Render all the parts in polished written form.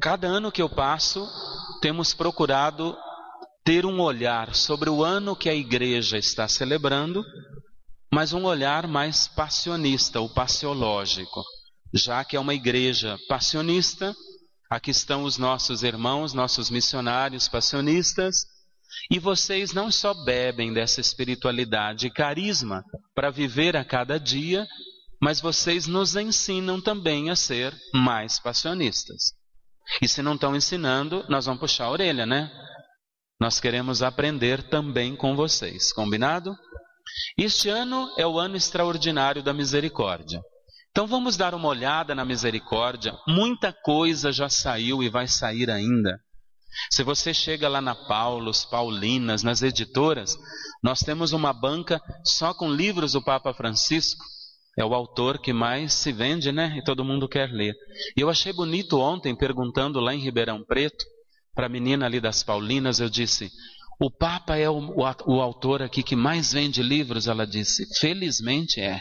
Cada ano que eu passo, temos procurado ter um olhar sobre o ano que a igreja está celebrando, mas um olhar mais passionista, ou passiológico. Já que é uma igreja passionista, aqui estão os nossos irmãos, nossos missionários passionistas, e vocês não só bebem dessa espiritualidade e carisma para viver a cada dia, mas vocês nos ensinam também a ser mais passionistas. E se não estão ensinando, nós vamos puxar a orelha, né? Nós queremos aprender também com vocês, combinado? Este ano é o ano extraordinário da misericórdia. Então vamos dar uma olhada na misericórdia. Muita coisa já saiu e vai sair ainda. Se você chega lá na Paulos, Paulinas, nas editoras, nós temos uma banca só com livros do Papa Francisco. É o autor que mais se vende, né? E todo mundo quer ler. E eu achei bonito ontem, perguntando lá em Ribeirão Preto, para a menina ali das Paulinas, eu disse, o Papa é o autor aqui que mais vende livros? Ela disse, felizmente é.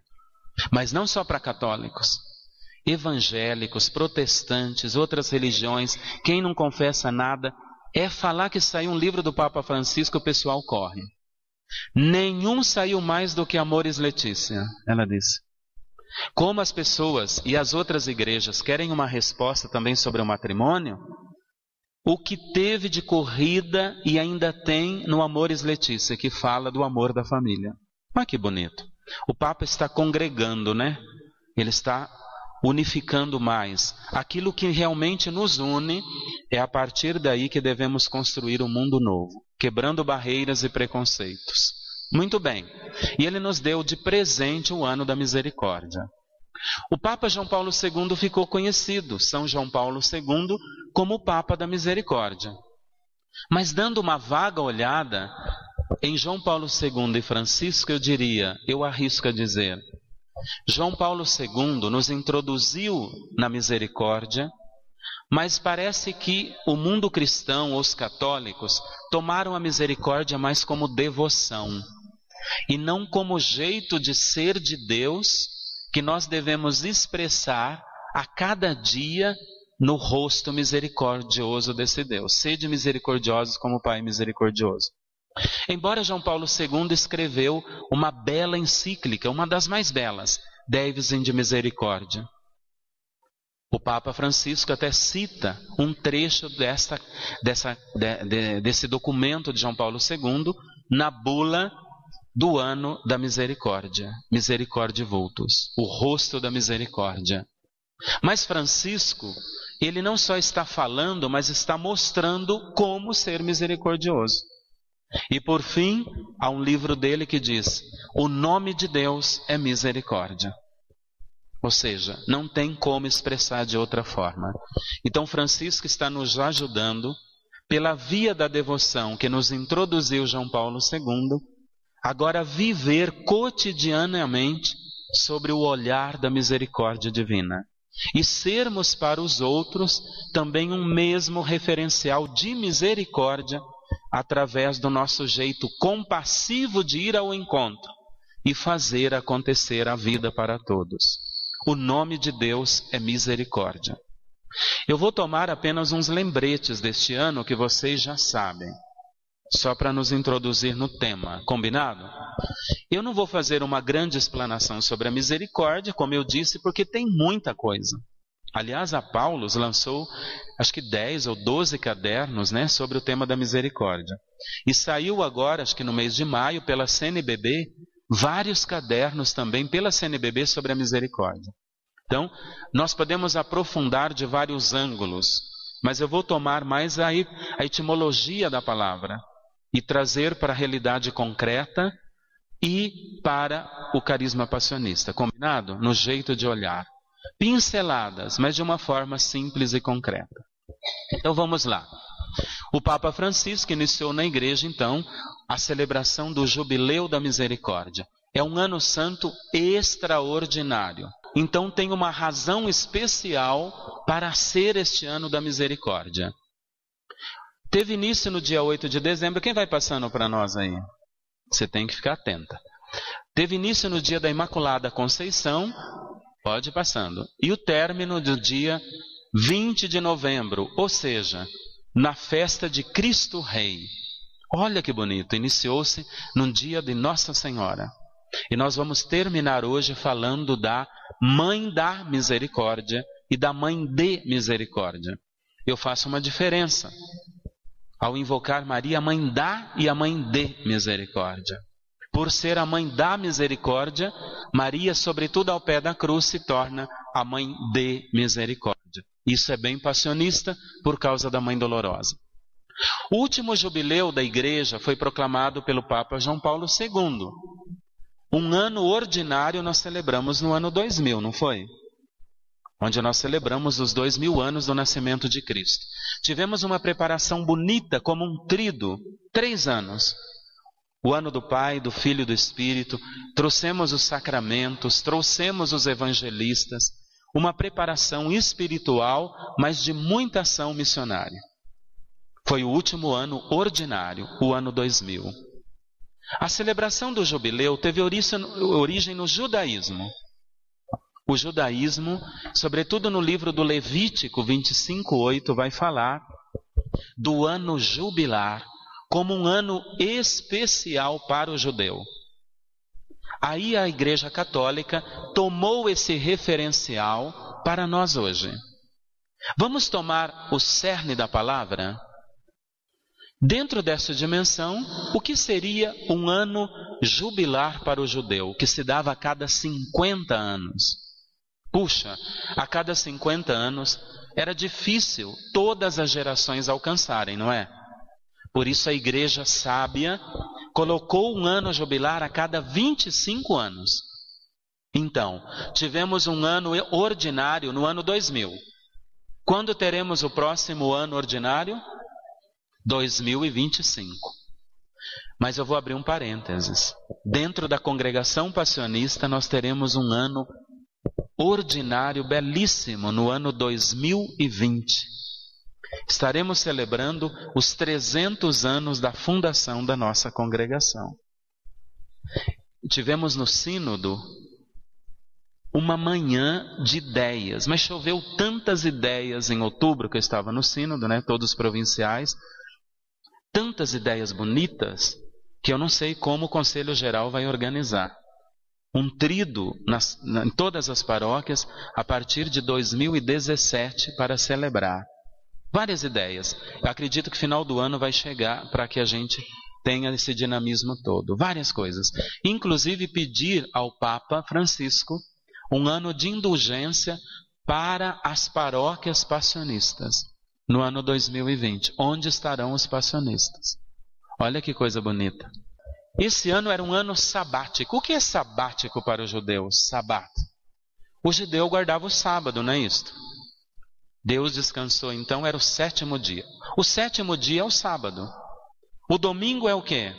Mas não só para católicos. Evangélicos, protestantes, outras religiões, quem não confessa nada, é falar que saiu um livro do Papa Francisco, o pessoal corre. Nenhum saiu mais do que Amoris Laetitia, ela disse. Como as pessoas e as outras igrejas querem uma resposta também sobre o matrimônio, o que teve de corrida e ainda tem no Amoris Laetitia, que fala do amor da família. Olha que bonito. O Papa está congregando, né? Ele está unificando mais. Aquilo que realmente nos une, é a partir daí que devemos construir um mundo novo, quebrando barreiras e preconceitos. Muito bem. E ele nos deu de presente o ano da misericórdia. O Papa João Paulo II ficou conhecido, São João Paulo II, como o Papa da Misericórdia. Mas dando uma vaga olhada em João Paulo II e Francisco, eu arrisco a dizer, João Paulo II nos introduziu na misericórdia, mas parece que o mundo cristão, os católicos, tomaram a misericórdia mais como devoção, e não como jeito de ser de Deus, que nós devemos expressar a cada dia no rosto misericordioso desse Deus. Sede misericordiosos como o Pai misericordioso. Embora João Paulo II escreveu uma bela encíclica, uma das mais belas, Dei Vos de Misericórdia. O Papa Francisco até cita um trecho desse documento de João Paulo II na bula do ano da misericórdia, Misericordiae Vultus, o rosto da misericórdia. Mas Francisco, ele não só está falando, mas está mostrando como ser misericordioso. E por fim, há um livro dele que diz, o nome de Deus é misericórdia. Ou seja, não tem como expressar de outra forma. Então Francisco está nos ajudando, pela via da devoção que nos introduziu João Paulo II, agora viver cotidianamente sobre o olhar da misericórdia divina. E sermos para os outros também um mesmo referencial de misericórdia, através do nosso jeito compassivo de ir ao encontro e fazer acontecer a vida para todos. O nome de Deus é misericórdia. Eu vou tomar apenas uns lembretes deste ano que vocês já sabem, só para nos introduzir no tema, combinado? Eu não vou fazer uma grande explanação sobre a misericórdia, como eu disse, porque tem muita coisa. Aliás, a Paulus lançou, acho que 10 ou 12 cadernos, né, sobre o tema da misericórdia. E saiu agora, acho que no mês de maio, pela CNBB, vários cadernos também pela CNBB sobre a misericórdia. Então, nós podemos aprofundar de vários ângulos, mas eu vou tomar mais a etimologia da palavra e trazer para a realidade concreta e para o carisma passionista, combinado? No jeito de olhar. Pinceladas, mas de uma forma simples e concreta. Então vamos lá. O Papa Francisco iniciou na igreja, então, a celebração do Jubileu da Misericórdia. É um ano santo extraordinário. Então tem uma razão especial para ser este ano da misericórdia. Teve início no dia 8 de dezembro. Quem vai passando para nós aí? Você tem que ficar atenta. Teve início no dia da Imaculada Conceição. Pode ir passando. E o término do dia 20 de novembro, ou seja, na festa de Cristo Rei. Olha que bonito, iniciou-se num dia de Nossa Senhora. E nós vamos terminar hoje falando da Mãe da Misericórdia e da Mãe de Misericórdia. Eu faço uma diferença ao invocar Maria, a Mãe da e a Mãe de Misericórdia. Por ser a Mãe da Misericórdia, Maria, sobretudo ao pé da cruz, se torna a Mãe de Misericórdia. Isso é bem passionista por causa da Mãe Dolorosa. O último jubileu da Igreja foi proclamado pelo Papa João Paulo II. Um ano ordinário nós celebramos no ano 2000, não foi? Onde nós celebramos os 2000 anos do nascimento de Cristo. Tivemos uma preparação bonita como um tríduo, 3 anos. O ano do Pai, do Filho e do Espírito, trouxemos os sacramentos, trouxemos os evangelistas, uma preparação espiritual, mas de muita ação missionária. Foi o último ano ordinário, o ano 2000. A celebração do jubileu teve origem no judaísmo. O judaísmo, sobretudo no livro do Levítico 25:8, vai falar do ano jubilar como um ano especial para o judeu. Aí a Igreja Católica tomou esse referencial para nós hoje. Vamos tomar o cerne da palavra? Dentro dessa dimensão, o que seria um ano jubilar para o judeu, que se dava a cada 50 anos? Puxa, a cada 50 anos era difícil todas as gerações alcançarem, não é? Por isso a Igreja sábia colocou um ano jubilar a cada 25 anos. Então, tivemos um ano ordinário no ano 2000. Quando teremos o próximo ano ordinário? 2025. Mas eu vou abrir um parênteses. Dentro da congregação passionista nós teremos um ano ordinário belíssimo no ano 2020. Estaremos celebrando os 300 anos da fundação da nossa congregação. Tivemos no sínodo uma manhã de ideias, mas choveu tantas ideias em outubro que eu estava no sínodo, né, todos provinciais, tantas ideias bonitas que eu não sei como o Conselho Geral vai organizar. Um tríduo em todas as paróquias a partir de 2017 para celebrar. Várias ideias. Eu acredito que final do ano vai chegar para que a gente tenha esse dinamismo todo. Várias coisas. Inclusive pedir ao Papa Francisco um ano de indulgência para as paróquias passionistas no ano 2020. Onde estarão os passionistas? Olha que coisa bonita. Esse ano era um ano sabático. O que é sabático para os judeus? Sabat. O judeu guardava o sábado, não é isto? Deus descansou, então era o 7º dia. O 7º dia é o sábado. O domingo é o quê?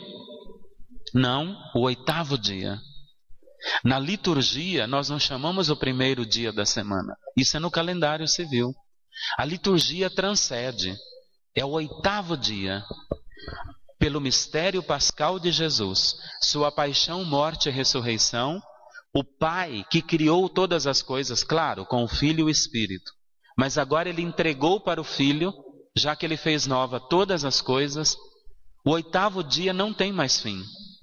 Não, o 8º dia. Na liturgia, nós não chamamos o primeiro dia da semana. Isso é no calendário civil. A liturgia transcende. É o 8º dia. Pelo mistério pascal de Jesus, sua paixão, morte e ressurreição, o Pai que criou todas as coisas, claro, com o Filho e o Espírito. Mas agora ele entregou para o Filho, já que ele fez nova todas as coisas, o 8º dia não tem mais fim.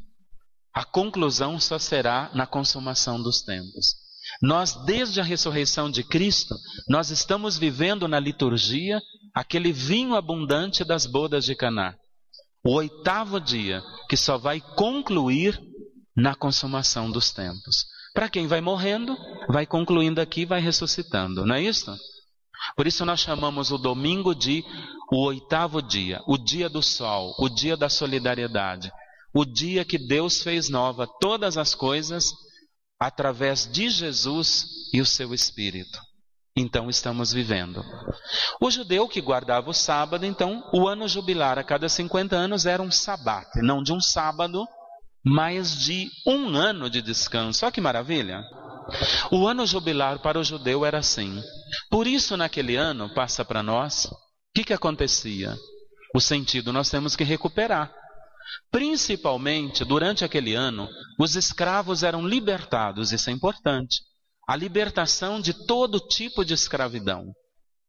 A conclusão só será na consumação dos tempos. Nós, desde a ressurreição de Cristo, nós estamos vivendo na liturgia aquele vinho abundante das bodas de Caná. O 8º dia, que só vai concluir na consumação dos tempos. Para quem vai morrendo, vai concluindo aqui, vai ressuscitando, não é isso? Por isso nós chamamos o domingo de o 8º dia, o dia do sol, o dia da solidariedade, o dia que Deus fez nova todas as coisas através de Jesus e o seu Espírito. Então estamos vivendo. O judeu que guardava o sábado, então o ano jubilar a cada 50 anos era um sabate, não de um sábado, mas de um ano de descanso. Olha que maravilha! O ano jubilar para o judeu era assim. Por isso, naquele ano, passa para nós, o que acontecia? O sentido nós temos que recuperar. Principalmente, durante aquele ano, os escravos eram libertados, isso é importante. A libertação de todo tipo de escravidão.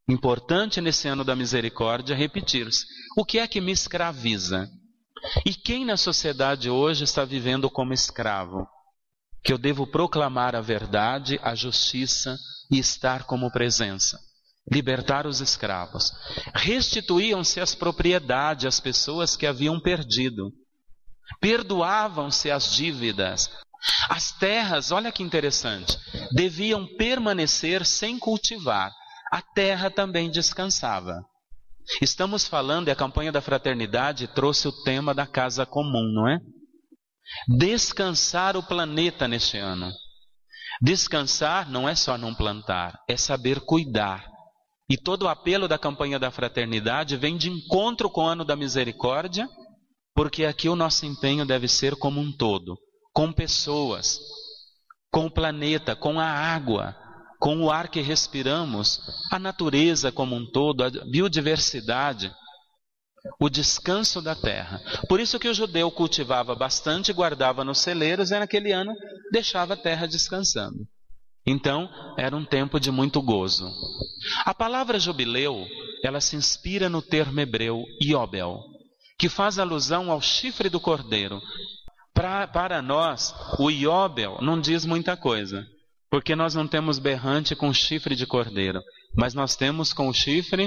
Importante nesse ano da misericórdia repetir-se. O que é que me escraviza? E quem na sociedade hoje está vivendo como escravo? Que eu devo proclamar a verdade, a justiça e estar como presença. Libertar os escravos. Restituíam-se as propriedades às pessoas que haviam perdido. Perdoavam-se as dívidas. As terras, olha que interessante, deviam permanecer sem cultivar. A terra também descansava. Estamos falando, e a campanha da fraternidade trouxe o tema da casa comum, não é? Descansar o planeta neste ano. Descansar não é só não plantar, é saber cuidar. E todo o apelo da campanha da fraternidade vem de encontro com o ano da misericórdia, porque aqui o nosso empenho deve ser como um todo, com pessoas, com o planeta, com a água, com o ar que respiramos, a natureza como um todo, a biodiversidade, o descanso da terra. Por isso que o judeu cultivava bastante, guardava nos celeiros e naquele ano deixava a terra descansando. Então, era um tempo de muito gozo. A palavra jubileu, ela se inspira no termo hebreu Iobel, que faz alusão ao chifre do cordeiro. Para nós, o Iobel não diz muita coisa. Porque nós não temos berrante com chifre de cordeiro, mas nós temos com o chifre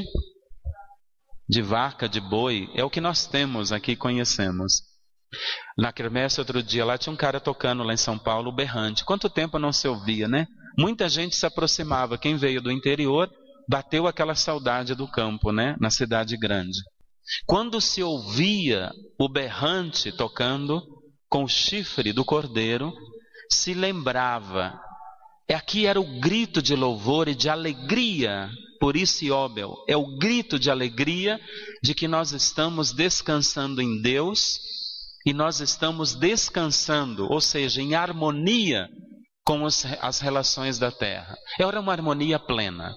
de vaca, de boi. É o que nós temos aqui e conhecemos. Na quermesse outro dia, lá tinha um cara tocando lá em São Paulo, o berrante. Quanto tempo não se ouvia, né? Muita gente se aproximava. Quem veio do interior, bateu aquela saudade do campo, né? Na cidade grande. Quando se ouvia o berrante tocando com o chifre do cordeiro, se lembrava. Aqui era o grito de louvor e de alegria, por isso Iobel, é o grito de alegria de que nós estamos descansando em Deus e nós estamos descansando, ou seja, em harmonia com as relações da terra. Era uma harmonia plena.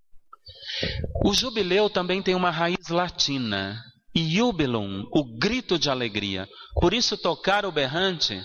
O jubileu também tem uma raiz latina, iubilum, o grito de alegria. Por isso tocar o berrante,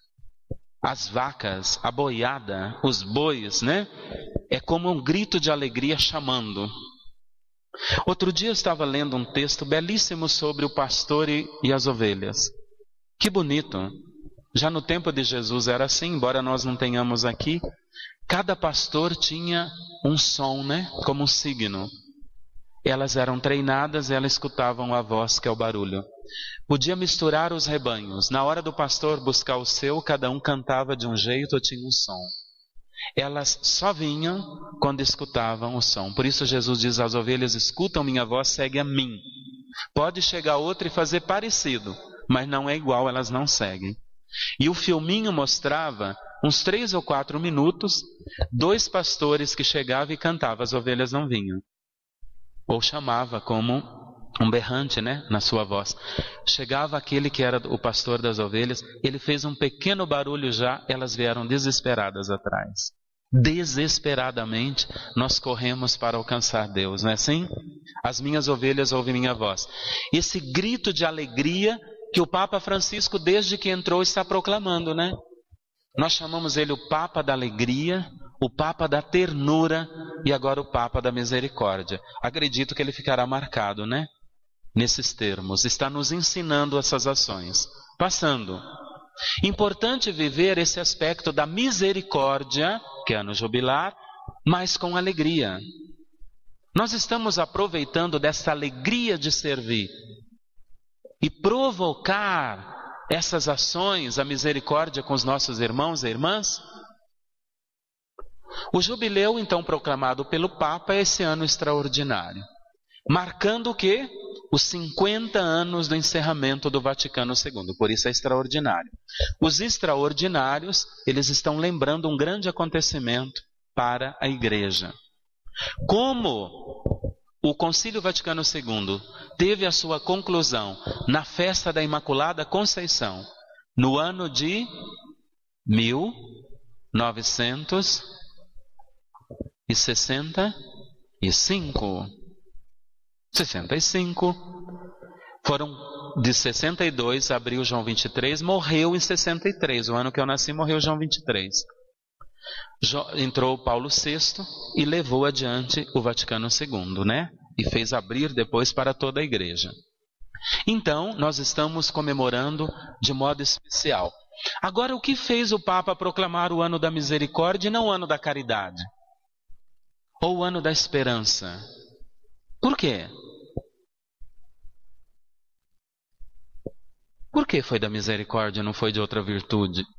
as vacas, a boiada, os bois, né? É como um grito de alegria chamando. Outro dia eu estava lendo um texto belíssimo sobre o pastor e as ovelhas. Que bonito. Já no tempo de Jesus era assim, embora nós não tenhamos aqui. Cada pastor tinha um som, né? Como um signo. Elas eram treinadas, elas escutavam a voz, que é o barulho. Podia misturar os rebanhos. Na hora do pastor buscar o seu, cada um cantava de um jeito ou tinha um som. Elas só vinham quando escutavam o som. Por isso Jesus diz às ovelhas, escutam minha voz, segue a mim. Pode chegar outra e fazer parecido, mas não é igual, elas não seguem. E o filminho mostrava, uns 3 ou 4 minutos, 2 pastores que chegavam e cantavam, as ovelhas não vinham. Ou chamava como um berrante, né, na sua voz. Chegava aquele que era o pastor das ovelhas, ele fez um pequeno barulho já, elas vieram desesperadas atrás. Desesperadamente, nós corremos para alcançar Deus, não é assim? As minhas ovelhas ouvem minha voz. Esse grito de alegria que o Papa Francisco, desde que entrou, está proclamando, né? Nós chamamos ele o Papa da Alegria, o Papa da Ternura e agora o Papa da Misericórdia. Acredito que ele ficará marcado, né? Nesses termos. Está nos ensinando essas ações. Passando. Importante viver esse aspecto da misericórdia, que é ano jubilar, mas com alegria. Nós estamos aproveitando dessa alegria de servir e provocar essas ações, a misericórdia com os nossos irmãos e irmãs. O jubileu, então, proclamado pelo Papa, é esse ano extraordinário, marcando o quê? Os 50 anos do encerramento do Vaticano II, por isso é extraordinário. Os extraordinários, eles estão lembrando um grande acontecimento para a Igreja. Como o Concílio Vaticano II teve a sua conclusão na festa da Imaculada Conceição, no ano de 1965. 65. Foram de 62, abriu João 23, morreu em 63. O ano que eu nasci morreu João 23. Entrou Paulo VI e levou adiante o Vaticano II, né? E fez abrir depois para toda a igreja. Então, nós estamos comemorando de modo especial. Agora, o que fez o Papa proclamar o ano da misericórdia e não o ano da caridade? Ou o ano da esperança? Por quê? Por que foi da misericórdia e não foi de outra virtude?